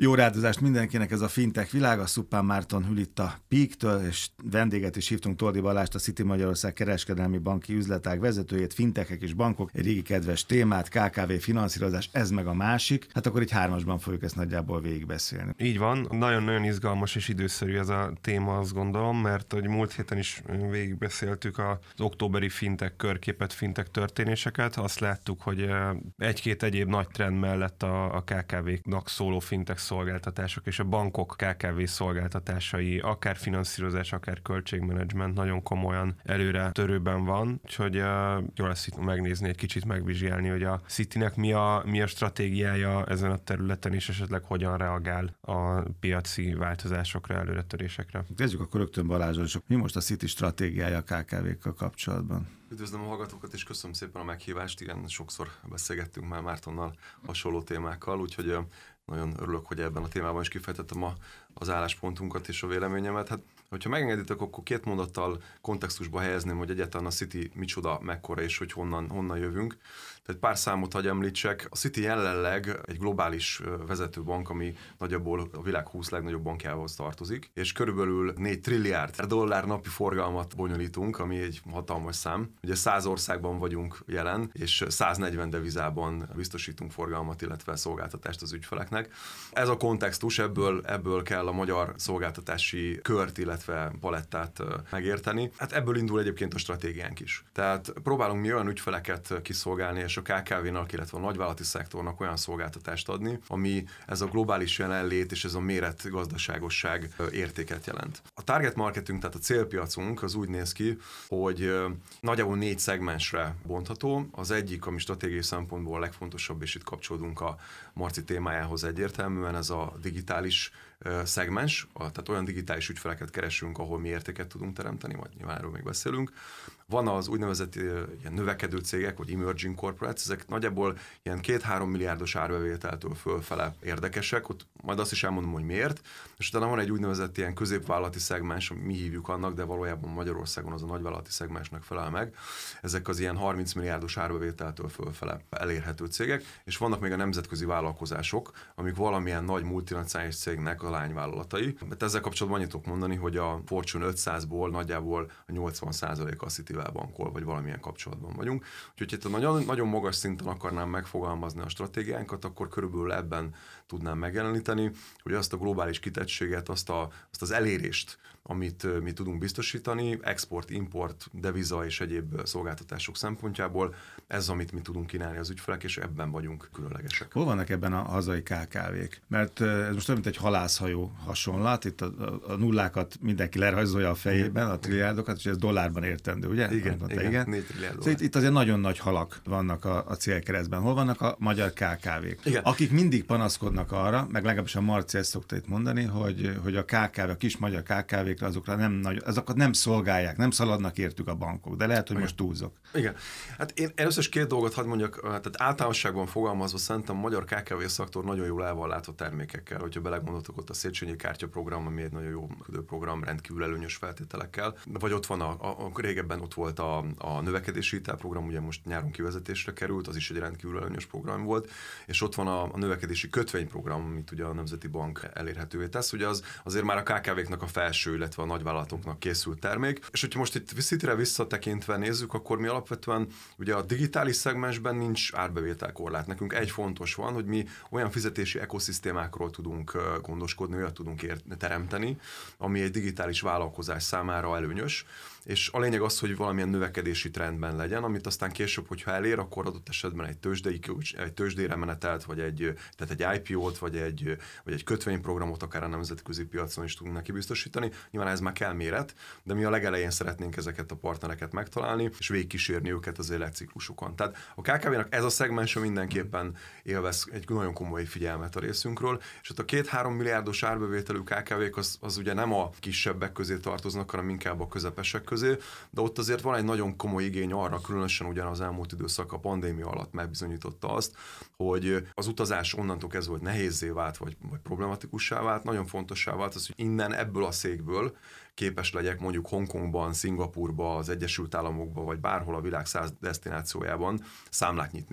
Jó rádozást mindenkinek, ez a fintech világa. Szuppán Márton hül itt a Peak-től, és vendéget is hívtunk, Toldi Balást, a Citi Magyarország kereskedelmi banki üzletág vezetőjét, fintechek és bankok, egy régi kedves témát, KKV finanszírozás, ez meg a másik. Hát akkor így hármasban fogjuk ezt nagyjából végigbeszélni. Így van, nagyon-nagyon izgalmas és időszerű ez a téma, azt gondolom, mert hogy múlt héten is végigbeszéltük az októberi fintech körképet, fintech történéseket. Azt láttuk, hogy egy-két egyéb nagy trend mellett a KKV-knak szóló fintech szolgáltatások és a bankok KKV szolgáltatásai, akár finanszírozás, akár költségmenedzsment nagyon komolyan előre törőben van, úgyhogy jó lesz itt megnézni, egy kicsit megvizsgálni, hogy a Citinek mi a stratégiája ezen a területen, és esetleg hogyan reagál a piaci változásokra, előretörésekre. Kezdjük akkor rögtön Balázsról, és mi most a Citi stratégiája a KKV-kkal kapcsolatban? Üdvözlöm a hallgatókat, és köszönöm szépen a meghívást. Igen, sokszor beszélgettünk már Mártonnal hasonló témákkal, úgyhogy nagyon örülök, hogy ebben a témában is kifejtettem az álláspontunkat és a véleményemet. Hát, hogyha megengeditek, akkor két mondattal kontextusba helyezném, hogy egyáltalán a Citi micsoda, mekkora és hogy honnan jövünk. Tehát pár számot hagy említsek. A Citi jelenleg egy globális vezetőbank, ami nagyjából a világ 20 legnagyobb bankjához tartozik, és körülbelül 4 trilliárd dollár napi forgalmat bonyolítunk, ami egy hatalmas szám. Ugye 100 országban vagyunk jelen, és 140 devizában biztosítunk forgalmat, illetve szolgáltatást az ügyfeleknek. Ez a kontextus, ebből kell a magyar szolgáltatási kört, illetve palettát megérteni. Hát ebből indul egyébként a stratégiánk is. Tehát próbálunk mi olyan ügyfeleket kiszolgálni, és a KKV-nak, illetve a nagyvállalati szektornak olyan szolgáltatást adni, ami ez a globális jelenlét és ez a méret gazdaságosság értéket jelent. A target marketünk, tehát a célpiacunk az úgy néz ki, hogy nagyjából 4 szegmensre bontható. Az egyik, ami stratégiai szempontból a legfontosabb, és itt kapcsolódunk a Marci témájához egyértelműen, ez a digitális szegmens, tehát olyan digitális ügyfeleket keresünk, ahol mi értéket tudunk teremteni, majd nyilván erről még beszélünk. Van az úgynevezett ilyen növekedő cégek, vagy emerging corporates, ezek nagyjából ilyen 2-3 milliárdos árbevételtől fölfele érdekesek, ott majd azt is elmondom, hogy miért, és utána van egy úgynevezett ilyen középvállalati szegmens, mi hívjuk annak, de valójában Magyarországon az a nagyvállalati szegmensnek felel meg. Ezek az ilyen 30 milliárdos árbevételtől fölfele elérhető cégek, és vannak még a nemzetközi vállalkozások, amik valamilyen nagy multinacionális cégnek a lányvállalatai. Mert ezzel kapcsolatban annyit tudok mondani, hogy a Fortune 500-ból nagyjából a 80% a Citivel bankol, vagy valamilyen kapcsolatban vagyunk. Úgyhogy itt nagyon, nagyon magas szinten akarnám megfogalmazni a stratégiánkat, akkor körülbelül ebben tudnám megjeleníteni, hogy azt a globális kitettséget, azt az elérést, amit mi tudunk biztosítani, export, import, deviza és egyéb szolgáltatások szempontjából, ez, amit mi tudunk kínálni az ügyfelek, és ebben vagyunk különlegesek. Hol vannak ebben a hazai KKV-k? Mert ez most olyan, mint egy halászhajó hasonlat, itt a nullákat mindenki lerajzolja a fejében, a trilliárdokat, és ez dollárban értendő, ugye? Igen. 4 trilliárd dollár. Itt azért nagyon nagy halak vannak a célkeresztben. Hol vannak a magyar KKV-k? Igen. Akik mindig panaszkodnak arra, meg legalábbis a Marci ezt szokta itt mondani, hogy a KKV, a kis magyar KKV-kre azokat nem szolgálják, nem szaladnak értük a bankok, de lehet, hogy most túlzok. Igen. Hát én először is 2 dolgot hadd mondjak, tehát általánosságban fogalmazva szerintem a magyar KKV szektor nagyon jól el van látva termékekkel, hogyha belegondoltok, ott a Széchenyi kártyaprogram, ami egy nagyon jó program, rendkívül előnyös feltételekkel, vagy ott van régebben ott volt a növekedési hitelprogram, ugye most nyáron kivezetésre került, az is egy rendkívül előnyös program volt, és ott van a növekedési kötvényprogram, amit ugye a Nemzeti Bank elérhetővé tesz, ugye azért már a KKV-knak a felső, illetve a nagyvállalatoknak készült termék. És hogyha most itt Citire visszatekintve nézzük, akkor mi alapvetően ugye a digitális szegmensben nincs árbevételkorlát. Nekünk egy fontos van, hogy mi olyan fizetési ekoszisztémákról tudunk gondoskodni, olyat tudunk teremteni, ami egy digitális vállalkozás számára előnyös, és a lényeg az, hogy valamilyen növekedési trendben legyen, amit aztán később, hogyha elér, akkor adott esetben egy tőzsdére menetelt, vagy egy IPO-t, vagy egy kötvényprogramot akár a nemzetközi piacon is tudunk neki biztosítani. Nyilván ez már kell méret, de mi a legelején szeretnénk ezeket a partnereket megtalálni, és végigkísérni őket az életciklusukon. Tehát a KKV-nak ez a szegmense mindenképpen élvez egy nagyon komoly figyelmet a részünkről, és ott a 2-3 milliárdos árbevételű KKV-k az ugye nem a kisebbek közé tartoznak, hanem inkább a közepesek közé, de ott azért van egy nagyon komoly igény arra, különösen ugyanaz elmúlt időszak a pandémia alatt megbizonyította azt, hogy az utazás onnantól kezdve, hogy nehézzé vált, vagy problematikussá vált, nagyon fontossá vált az, hogy innen ebből a székből képes legyek mondjuk Hongkongban, Szingapurban, az Egyesült Államokban, vagy bárhol a világ 100 desztinációjában számlát nyitni.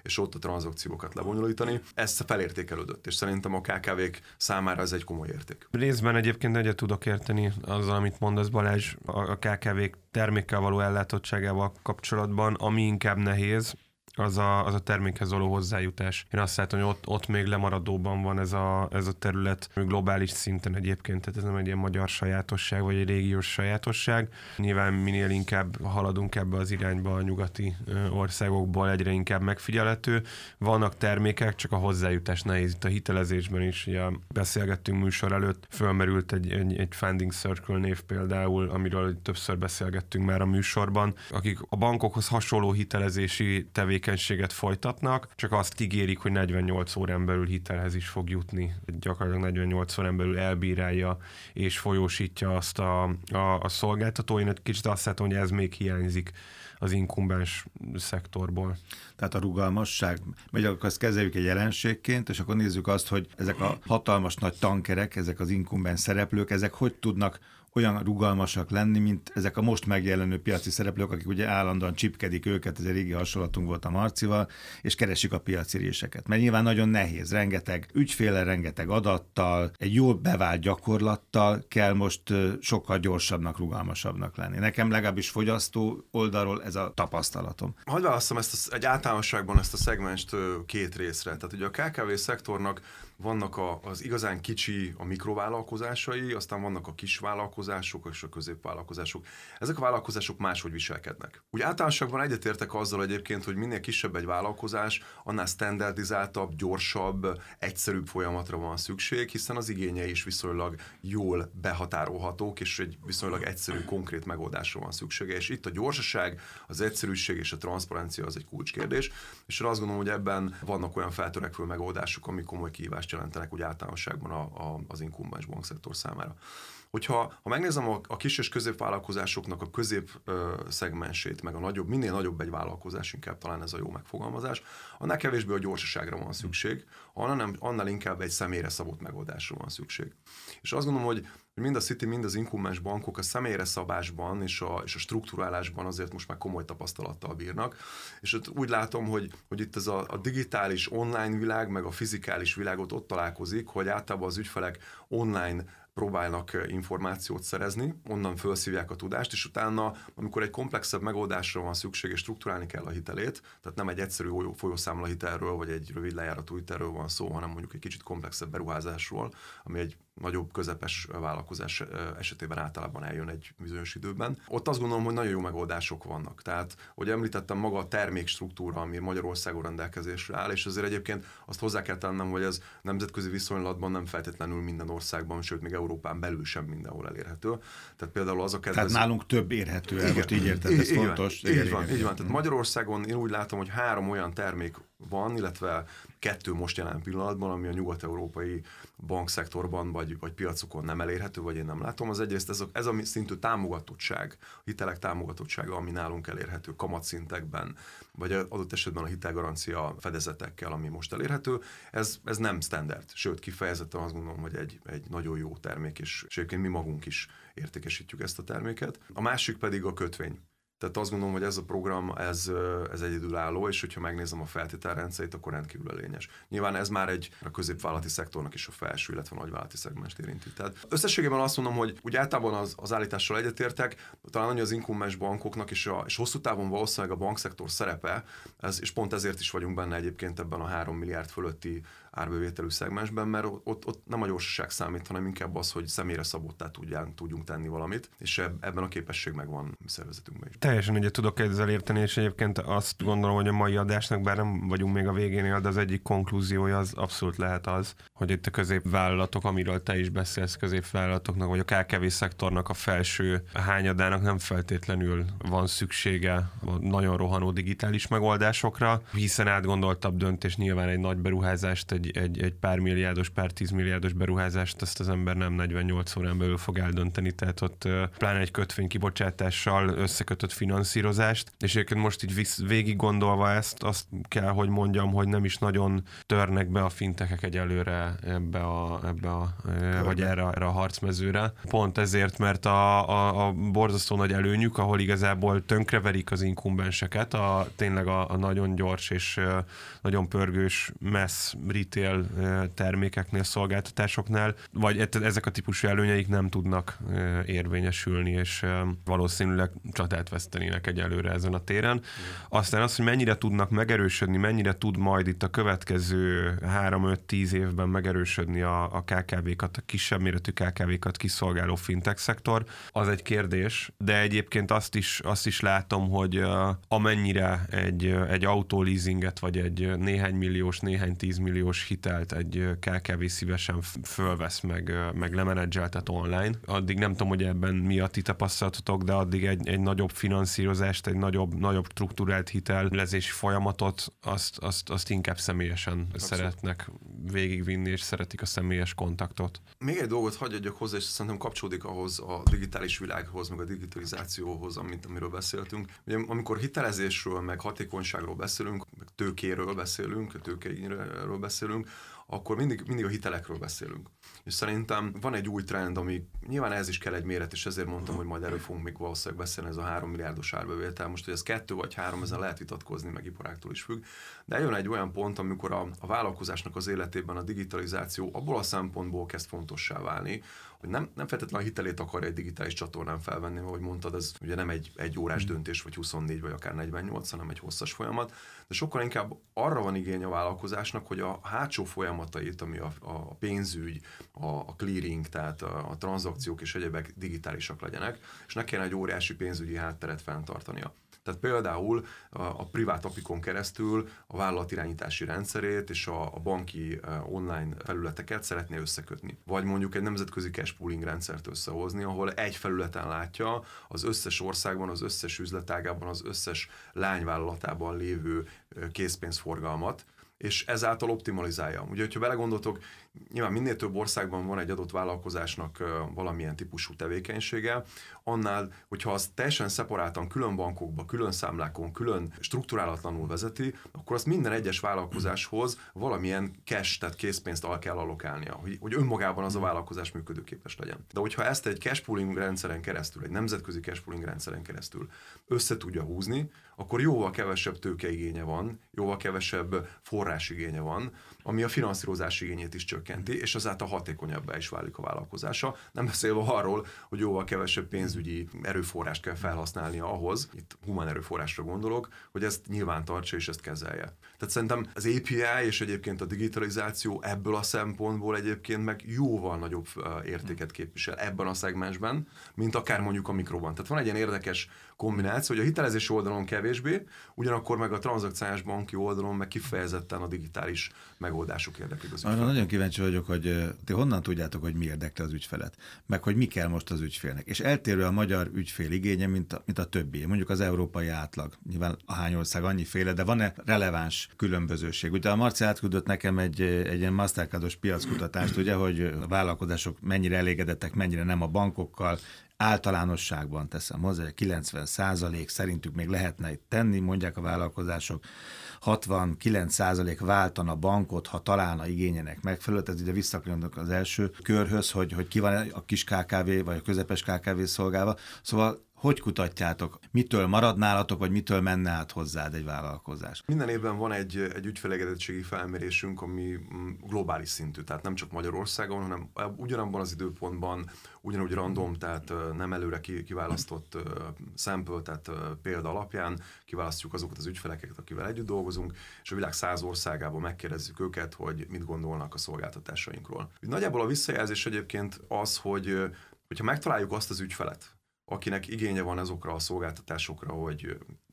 és ott a tranzakciókat lebonyolítani. Ez felértékelődött, és szerintem a KKV-k számára ez egy komoly érték. Részben egyébként egyet tudok érteni azzal, amit mondasz, Balázs, a KKV-k termékkel való ellátottságával kapcsolatban, ami inkább nehéz, az a termékhez való hozzájutás. Én azt látom, hogy ott még lemaradóban van ez a terület globális szinten egyébként, tehát ez nem egy ilyen magyar sajátosság, vagy egy régiós sajátosság. Nyilván minél inkább haladunk ebbe az irányba a nyugati országokból, egyre inkább megfigyelhető. Vannak termékek, csak a hozzájutás nehéz. Itt a hitelezésben is, ugye beszélgettünk műsor előtt, fölmerült egy Funding Circle név például, amiről többször beszélgettünk már a műsorban, akik a bankokhoz hasonló hitelezési tevékenységet folytatnak, csak azt ígérik, hogy 48 órán belül hitelhez is fog jutni. Gyakorlatilag 48 órán belül elbírálja és folyósítja azt a szolgáltató. Én egy kicsit azt látom, hogy ez még hiányzik az inkumbens szektorból. Tehát a rugalmasság, vagy akkor ezt kezeljük egy jelenségként, és akkor nézzük azt, hogy ezek a hatalmas nagy tankerek, ezek az inkumbens szereplők, ezek hogy tudnak olyan rugalmasak lenni, mint ezek a most megjelenő piaci szereplők, akik ugye állandóan csipkedik őket, ez egy régi hasonlatunk volt a Marcival, és keresik a piaci réseket. Mert nyilván nagyon nehéz, rengeteg ügyféllel, rengeteg adattal, egy jól bevált gyakorlattal kell most sokkal gyorsabbnak, rugalmasabbnak lenni. Nekem legalábbis fogyasztó oldalról ez a tapasztalatom. Hadd válasszam egy általánosságban ezt a szegmenst két részre. Tehát ugye a KKV szektornak vannak az igazán kicsi a mikrovállalkozásai, aztán vannak a kis vállalkozások és a középvállalkozások. Ezek a vállalkozások máshogy viselkednek. Úgy általánosságban egyetértek azzal egyébként, hogy minél kisebb egy vállalkozás, annál standardizáltabb, gyorsabb, egyszerűbb folyamatra van szükség, hiszen az igényei is viszonylag jól behatárolhatók, és egy viszonylag egyszerű, konkrét megoldásra van szüksége. És itt a gyorsaság, az egyszerűség és a transzparencia az egy kulcskérdés. És én azt gondolom, hogy ebben vannak olyan feltörekvő megoldások, ami komoly kihívást jelentenek úgy általánosságban az inkumbens bankszektor számára. Ha megnézem a kis és középvállalkozásoknak a közép szegmensét, meg minél nagyobb egy vállalkozás, inkább talán ez a jó megfogalmazás, annál kevésbé a gyorsaságra van szükség, annál inkább egy személyre szabott megoldásra van szükség. És azt gondolom, hogy mind a Citi, mind az inkumbens bankok a személyre szabásban és a strukturálásban azért most már komoly tapasztalattal bírnak. És úgy látom, hogy itt ez a digitális online világ, meg a fizikális világot ott találkozik, hogy általában az ügyfelek online próbálnak információt szerezni, onnan felszívják a tudást, és utána, amikor egy komplexebb megoldásra van szükség, és strukturálni kell a hitelét, tehát nem egy egyszerű folyószámla hitelről, vagy egy rövid lejáratú hitelről van szó, hanem mondjuk egy kicsit komplexebb beruházásról, ami egy nagyobb, közepes vállalkozás esetében általában eljön egy bizonyos időben. Ott azt gondolom, hogy nagyon jó megoldások vannak. Tehát, hogy említettem, maga a termékstruktúra, ami Magyarországon rendelkezésre áll, és azért egyébként azt hozzá kell tennem, hogy ez nemzetközi viszonylatban nem feltétlenül minden országban, sőt még Európán belül sem mindenhol elérhető. Tehát például az a kedvező... Tehát nálunk több érhető el, most így érted, ez fontos. Így van. Tehát Magyarországon én úgy látom, hogy 3 olyan termék van, illetve 2 most jelen pillanatban, ami a nyugat-európai bankszektorban vagy piacokon nem elérhető, vagy én nem látom. Az egyrészt ez a szintű támogatottság, a hitelek támogatottsága, ami nálunk elérhető kamatszintekben, vagy adott esetben a hitelgarancia fedezetekkel, ami most elérhető, ez nem standard. Sőt, kifejezetten azt gondolom, hogy egy nagyon jó termék, és egyébként mi magunk is értékesítjük ezt a terméket. A másik pedig a kötvény. Tehát azt gondolom, hogy ez a program, ez egyedülálló, és hogyha megnézem a feltételrendszerét, akkor rendkívül lényes. Nyilván ez már a középvállalati szektornak is a felső, illetve a nagyvállalati szegmest érinti. Tehát összességében azt mondom, hogy úgy általában az állítással egyetértek, talán annyi az inkumbens bankoknak és hosszú távon valószínűleg a bankszektor szerepe, és pont ezért is vagyunk benne egyébként ebben a 3 milliárd fölötti árbevételű szegmensben, mert ott nem a gyorsaság számít, hanem inkább az, hogy személyre szabottá tudjunk tenni valamit, és ebben a képesség megvan a szervezetünkben is. Teljesen egyet tudok ezzel érteni, és egyébként azt gondolom, hogy a mai adásnak, bár nem vagyunk még a végénél, de az egyik konklúziója az abszolút lehet az, hogy itt a középvállalatok, amiről te is beszélsz, középvállalatoknak, vagy a KKV szektornak a felső hányadának nem feltétlenül van szüksége a nagyon rohanó digitális megoldásokra, hiszen átgondoltabb döntés nyilván egy nagy beruházást, egy pár milliárdos, pár 10 milliárdos beruházást, ezt az ember nem 48 órán belül fog eldönteni, tehát ott pláne egy kötvénykibocsátással összekötött finanszírozást, és egyébként most így végig gondolva ezt, azt kell, hogy mondjam, hogy nem is nagyon törnek be a fintechek egyelőre vagy erre a harcmezőre. Pont ezért, mert a borzasztó nagy előnyük, ahol igazából tönkreverik az inkumbenseket, tényleg a nagyon gyors és nagyon pörgős mass retail termékeknél, szolgáltatásoknál, vagy ezek a típusú előnyeik nem tudnak érvényesülni, és valószínűleg csatát vesztenének egyelőre ezen a téren. Aztán az, hogy mennyire tudnak megerősödni, mennyire tud majd itt a következő 3-5-10 évben megerősödni a KKV-kat, a kisebb méretű KKV-kat kiszolgáló fintech szektor, az egy kérdés, de egyébként azt is látom, hogy amennyire egy autoleasinget, vagy egy néhány milliós, néhány 10 milliós hitelt egy KKV szívesen fölvesz, meg lemenedzseltet online, addig nem tudom, hogy ebben mi a ti tapasztalatotok, de addig egy nagyobb finanszírozást, egy nagyobb struktúrált hitelezési folyamatot, azt inkább személyesen szeretnek végigvinni, és szeretik a személyes kontaktot. Még egy dolgot hagyj adjak hozzá, és szerintem kapcsolódik ahhoz a digitális világhoz, meg a digitalizációhoz, amiről beszéltünk. Ugye, amikor hitelezésről, meg hatékonyságról beszélünk, meg tőkéről beszélünk, tőkeigényről beszélünk, akkor mindig a hitelekről beszélünk. És szerintem van egy új trend, ami nyilván ez is kell egy méret, és ezért mondtam, hogy majd erről fogunk még valószínűleg beszélni, ez a 3 milliárdos árbevétel. Most, hogy ez 2 vagy 3, ezen lehet vitatkozni, meg iparáktól is függ. De eljön egy olyan pont, amikor a vállalkozásnak az életében a digitalizáció abból a szempontból kezd fontossá válni, hogy nem feltétlenül a hitelét akarja egy digitális csatornán felvenni, ahogy mondtad, ez ugye nem egy órás döntés, vagy 24, vagy akár 48, hanem egy hosszas folyamat, de sokkal inkább arra van igény a vállalkozásnak, hogy a hátsó folyamatait, ami a pénzügy, a clearing, tehát a tranzakciók és egyebek digitálisak legyenek, és ne kellene egy óriási pénzügyi hátteret fenntartania. Tehát például a privát apikon keresztül a vállalatirányítási rendszerét és a banki online felületeket szeretné összekötni. Vagy mondjuk egy nemzetközi cash pooling rendszert összehozni, ahol egy felületen látja az összes országban, az összes üzletágában, az összes lányvállalatában lévő készpénzforgalmat, és ezáltal optimalizálja. Ugye, hogyha belegondoltok, nyilván minél több országban van egy adott vállalkozásnak valamilyen típusú tevékenysége, annál, hogyha az teljesen szeparáltan külön bankokba, külön számlákon, külön strukturálatlanul vezeti, akkor azt minden egyes vállalkozáshoz valamilyen cash, tehát készpénzt kell allokálnia, hogy önmagában az a vállalkozás működőképes legyen. De hogyha ezt egy cash pooling rendszeren keresztül, egy nemzetközi cash pooling rendszeren keresztül össze tudja húzni, akkor jóval kevesebb tőkeigénye van, jóval kevesebb forrásigénye van, ami a finanszírozás igényét is csökkenti, és azáltal hatékonyabbá is válik a vállalkozása. Nem beszélve arról, hogy jóval kevesebb pénzügyi erőforrást kell felhasználnia ahhoz, itt humán erőforrásra gondolok, hogy ezt nyilván tartsa és ezt kezelje. Tehát szerintem az API és egyébként a digitalizáció ebből a szempontból egyébként meg jóval nagyobb értéket képvisel ebben a szegmensben, mint akár mondjuk a mikroban. Tehát van egy ilyen érdekes kombináció, hogy a hitelezési oldalon kevésbé, ugyanakkor meg a tranzakciós banki oldalon meg kifejezetten a digitális megoldások érdeklik az ügyfelet. Nagyon kíváncsi vagyok, hogy ti honnan tudjátok, hogy mi érdekli az ügyfelet, meg hogy mi kell most az ügyfélnek. És eltérő a magyar ügyfél igénye, mint a többi. Mondjuk az európai átlag. Nyilván a hány ország annyiféle, de van-e releváns különbözőség? Ugye a Marci átküldött nekem egy ilyen Mastercardos piackutatást, ugye, hogy a vállalkozások mennyire elégedettek, mennyire nem a bankokkal, általánosságban teszem hozzá, 90% szerintük még lehetne itt tenni, mondják a vállalkozások, 69% váltana bankot, ha találna igényenek megfelelőt, ez ide visszakanyarodok az első körhöz, hogy ki van a kis KKV vagy a közepes KKV szolgálva. Szóval hogy kutatjátok? Mitől marad nálatok, vagy mitől menne át hozzád egy vállalkozás? Minden évben van egy ügyfélegedettségi felmérésünk, ami globális szintű, tehát nem csak Magyarországon, hanem ugyanabban az időpontban, ugyanúgy random, tehát nem előre kiválasztott sample, tehát példa alapján kiválasztjuk azokat az ügyfeleket, akivel együtt dolgozunk, és a világ 100 országában megkérdezzük őket, hogy mit gondolnak a szolgáltatásainkról. Nagyjából a visszajelzés egyébként az, hogyha megtaláljuk azt az ügyfelet, akinek igénye van azokra a szolgáltatásokra, hogy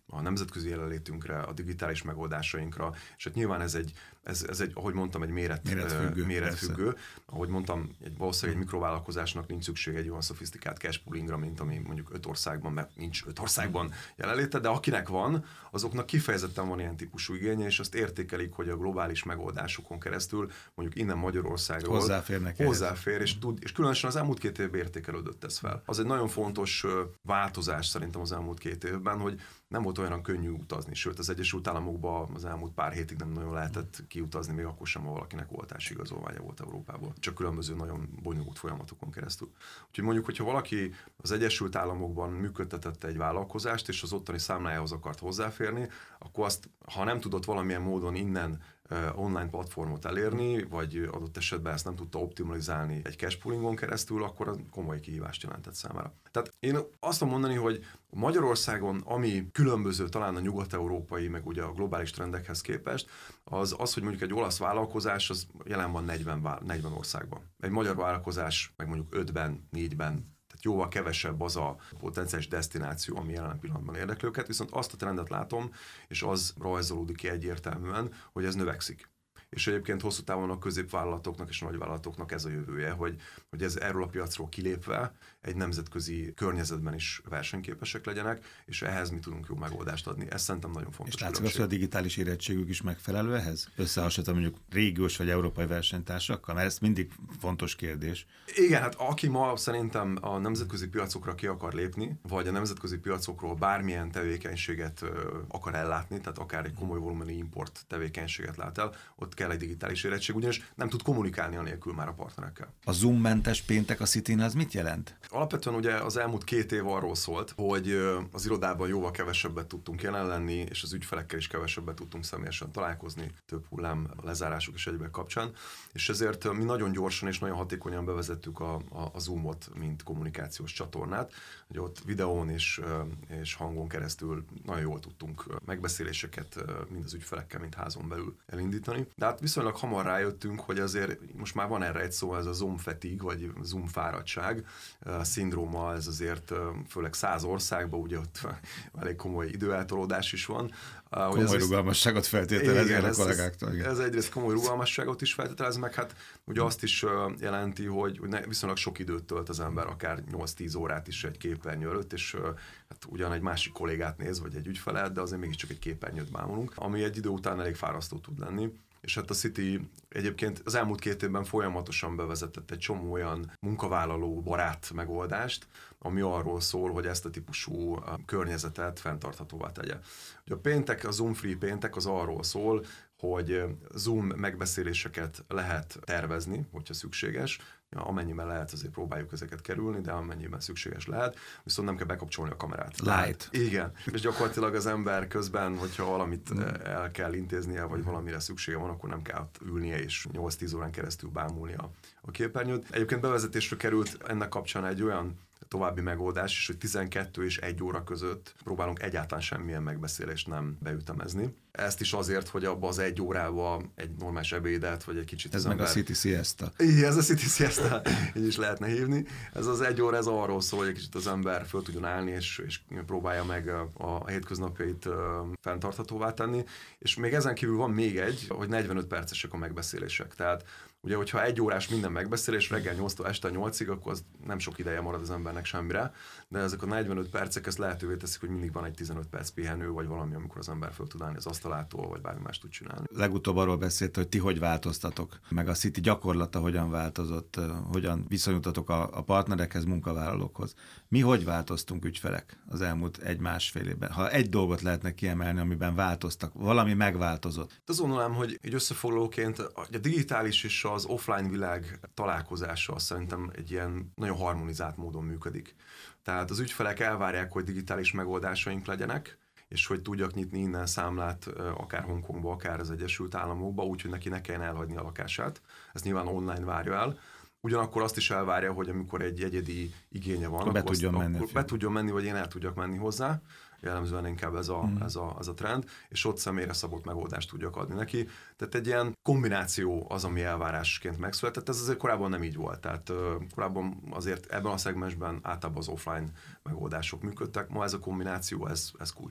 a nemzetközi jelenlétünkre, a digitális megoldásainkra, és hát nyilván ez egy, ahogy mondtam, egy méretfüggő. Ahogy mondtam, valószínűleg egy mikrovállalkozásnak nincs szükség egy olyan szofisztikált cash poolingra, mint ami mondjuk 5 országban, mert nincs 5 országban jelenléte, de akinek van, azoknak kifejezetten van ilyen típusú igénye, és azt értékelik, hogy a globális megoldásokon keresztül mondjuk innen Magyarországról hozzáfér, és különösen az elmúlt 2 évben értékelődött ez fel. Az egy nagyon fontos változás szerintem az elmúlt 2 évben, hogy nem volt olyan könnyű utazni, sőt az Egyesült Államokban az elmúlt pár hétig nem nagyon lehetett kiutazni, még akkor sem, ha valakinek oltási igazolványa volt Európából. Csak különböző nagyon bonyolult folyamatokon keresztül. Úgyhogy mondjuk, hogyha valaki az Egyesült Államokban működtetette egy vállalkozást, és az ottani számlájához akart hozzáférni, akkor azt, ha nem tudott valamilyen módon innen online platformot elérni, vagy adott esetben ezt nem tudta optimalizálni egy cash poolingon keresztül, akkor az komoly kihívást jelentett számára. Tehát én azt tudom mondani, hogy Magyarországon, ami különböző talán a nyugat-európai, meg ugye a globális trendekhez képest, az, hogy mondjuk egy olasz vállalkozás, az jelen van 40 országban. Egy magyar vállalkozás, meg mondjuk 5-ben, 4-ben, tehát jóval kevesebb az a potenciális desztináció, ami jelen pillanatban érdekli őket, viszont azt a trendet látom, és az rajzolódik ki egyértelműen, hogy ez növekszik. És egyébként hosszú távon a középvállalatoknak és a nagyvállalatoknak ez a jövője, hogy ez erről a piacról kilépve egy nemzetközi környezetben is versenyképesek legyenek, és ehhez mi tudunk jó megoldást adni. Ez szerintem nagyon fontos. És látszik, hogy a digitális érettségük is megfelelő ehhez? Összehasonlítva mondjuk régiós vagy európai versenytársakkal? Mert ez mindig fontos kérdés. Igen, hát aki ma szerintem a nemzetközi piacokra ki akar lépni, vagy a nemzetközi piacokról bármilyen tevékenységet akar ellátni, tehát akár egy komoly volumenű import tevékenységet lát el, ott kell egy digitális érettség, ugyanis nem tud kommunikálni anélkül már a partnerekkel. A Zoom-mentes péntek a Cityn az mit jelent? Alapvetően ugye az elmúlt 2 év arról szólt, hogy az irodában jóval kevesebbet tudtunk jelen lenni, és az ügyfelekkel is kevesebbet tudtunk személyesen találkozni, több hullám lezárások és egyébek kapcsán, és ezért mi nagyon gyorsan és nagyon hatékonyan bevezettük a Zoomot, mint kommunikációs csatornát, hogy ott videón és hangon keresztül nagyon jól tudtunk megbeszéléseket mind az ügyfelekkel, mind házon belül elindítani. De hát viszonylag hamar rájöttünk, hogy azért most már van erre egy szó, ez a Zoom fatigue, vagy Zoom fáradtság szindróma, ez azért főleg 100 országban, ugye ott elég komoly időeltolódás is van. Komoly rugalmasságot feltételez a kollégáktól. Ez egyrészt komoly rugalmasságot is feltételez, meg hát ugye azt is jelenti, hogy viszonylag sok időt tölt az ember, akár 8-10 órát is egy képernyő előtt, és hát ugyan egy másik kollégát néz, vagy egy ügyfelet, de azért mégiscsak egy képernyőt bámulunk, ami egy idő után elég fárasztó tud lenni. És hát a City egyébként az elmúlt 2 évben folyamatosan bevezetett egy csomó olyan munkavállaló barát megoldást, ami arról szól, hogy ezt a típusú környezetet fenntarthatóvá tegye. Ugye a péntek, a Zoom Free péntek az arról szól, hogy Zoom megbeszéléseket lehet tervezni, hogyha szükséges. Ja, amennyiben lehet, azért próbáljuk ezeket kerülni, de amennyiben szükséges lehet, viszont nem kell bekapcsolni a kamerát. Light. Igen, és gyakorlatilag az ember közben, hogyha valamit el kell intéznie, vagy valamire szüksége van, akkor nem kell ülnie és 8-10 órán keresztül bámulnia a képernyőt. Egyébként bevezetésre került ennek kapcsán egy olyan további megoldás is, hogy 12 és 1 óra között próbálunk egyáltalán semmilyen megbeszélést nem beütemezni. Ezt is azért, hogy abba az 1 órába egy normális ebédet, vagy egy kicsit... Ez meg a City Siesta. Igen, ez a City Siesta, így is lehetne hívni. Ez az 1 óra, ez arról szól, hogy egy kicsit az ember föl tudjon állni, és próbálja meg a hétköznapjait fenntarthatóvá tenni. És még ezen kívül van még egy, hogy 45 percesek a megbeszélések. Tehát ugye, hogyha 1 órás minden megbeszélés reggel 8-tól este 8-ig, akkor az nem sok ideje marad az embernek semmire, de ezek a 45 percek ezt lehetővé teszik, hogy mindig van egy 15 perc pihenő, vagy valami, amikor az ember föl tud állni az asztalától, vagy bármi más tud csinálni. Legutóbb arról beszélt, hogy ti hogy változtatok, meg a City gyakorlata hogyan változott, hogyan viszonyultatok a partnerekhez, munkavállalókhoz. Mi hogy változtunk ügyfelek az elmúlt 1-1,5 évben? Ha egy dolgot lehetne kiemelni, amiben változtak, valami megváltozott. Azt gondolom, hogy egy összefoglalóként a digitális és az offline világ találkozása szerintem egy ilyen nagyon harmonizált módon működik. Tehát az ügyfelek elvárják, hogy digitális megoldásaink legyenek, és hogy tudjak nyitni innen számlát akár Hongkongba, akár az Egyesült Államokba, úgyhogy neki ne kelljen elhagyni a lakását. Ezt nyilván online várja el. Ugyanakkor azt is elvárja, hogy amikor egy egyedi igénye van, akkor be tudjon menni, vagy én el tudjak menni hozzá. Jellemzően inkább ez a trend, és ott személyre szabott megoldást tudjak adni neki. Tehát egy ilyen kombináció az, ami elvárásként megszületett. Ez azért korábban nem így volt. Tehát korábban azért ebben a szegmensben általában az offline megoldások működtek. Ma ez a kombináció, ez kulcs.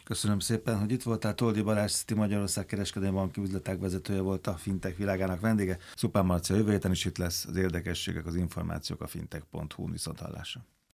Köszönöm szépen, hogy itt voltál. Toldi Balázs, City Magyarország kereskedelmi banki üzletág vezetője volt, a fintech világának vendége. Szupán Marcia jövő héten is itt lesz. Az érdekességek, az információk a fintech.hu-n. Viszonthallásra.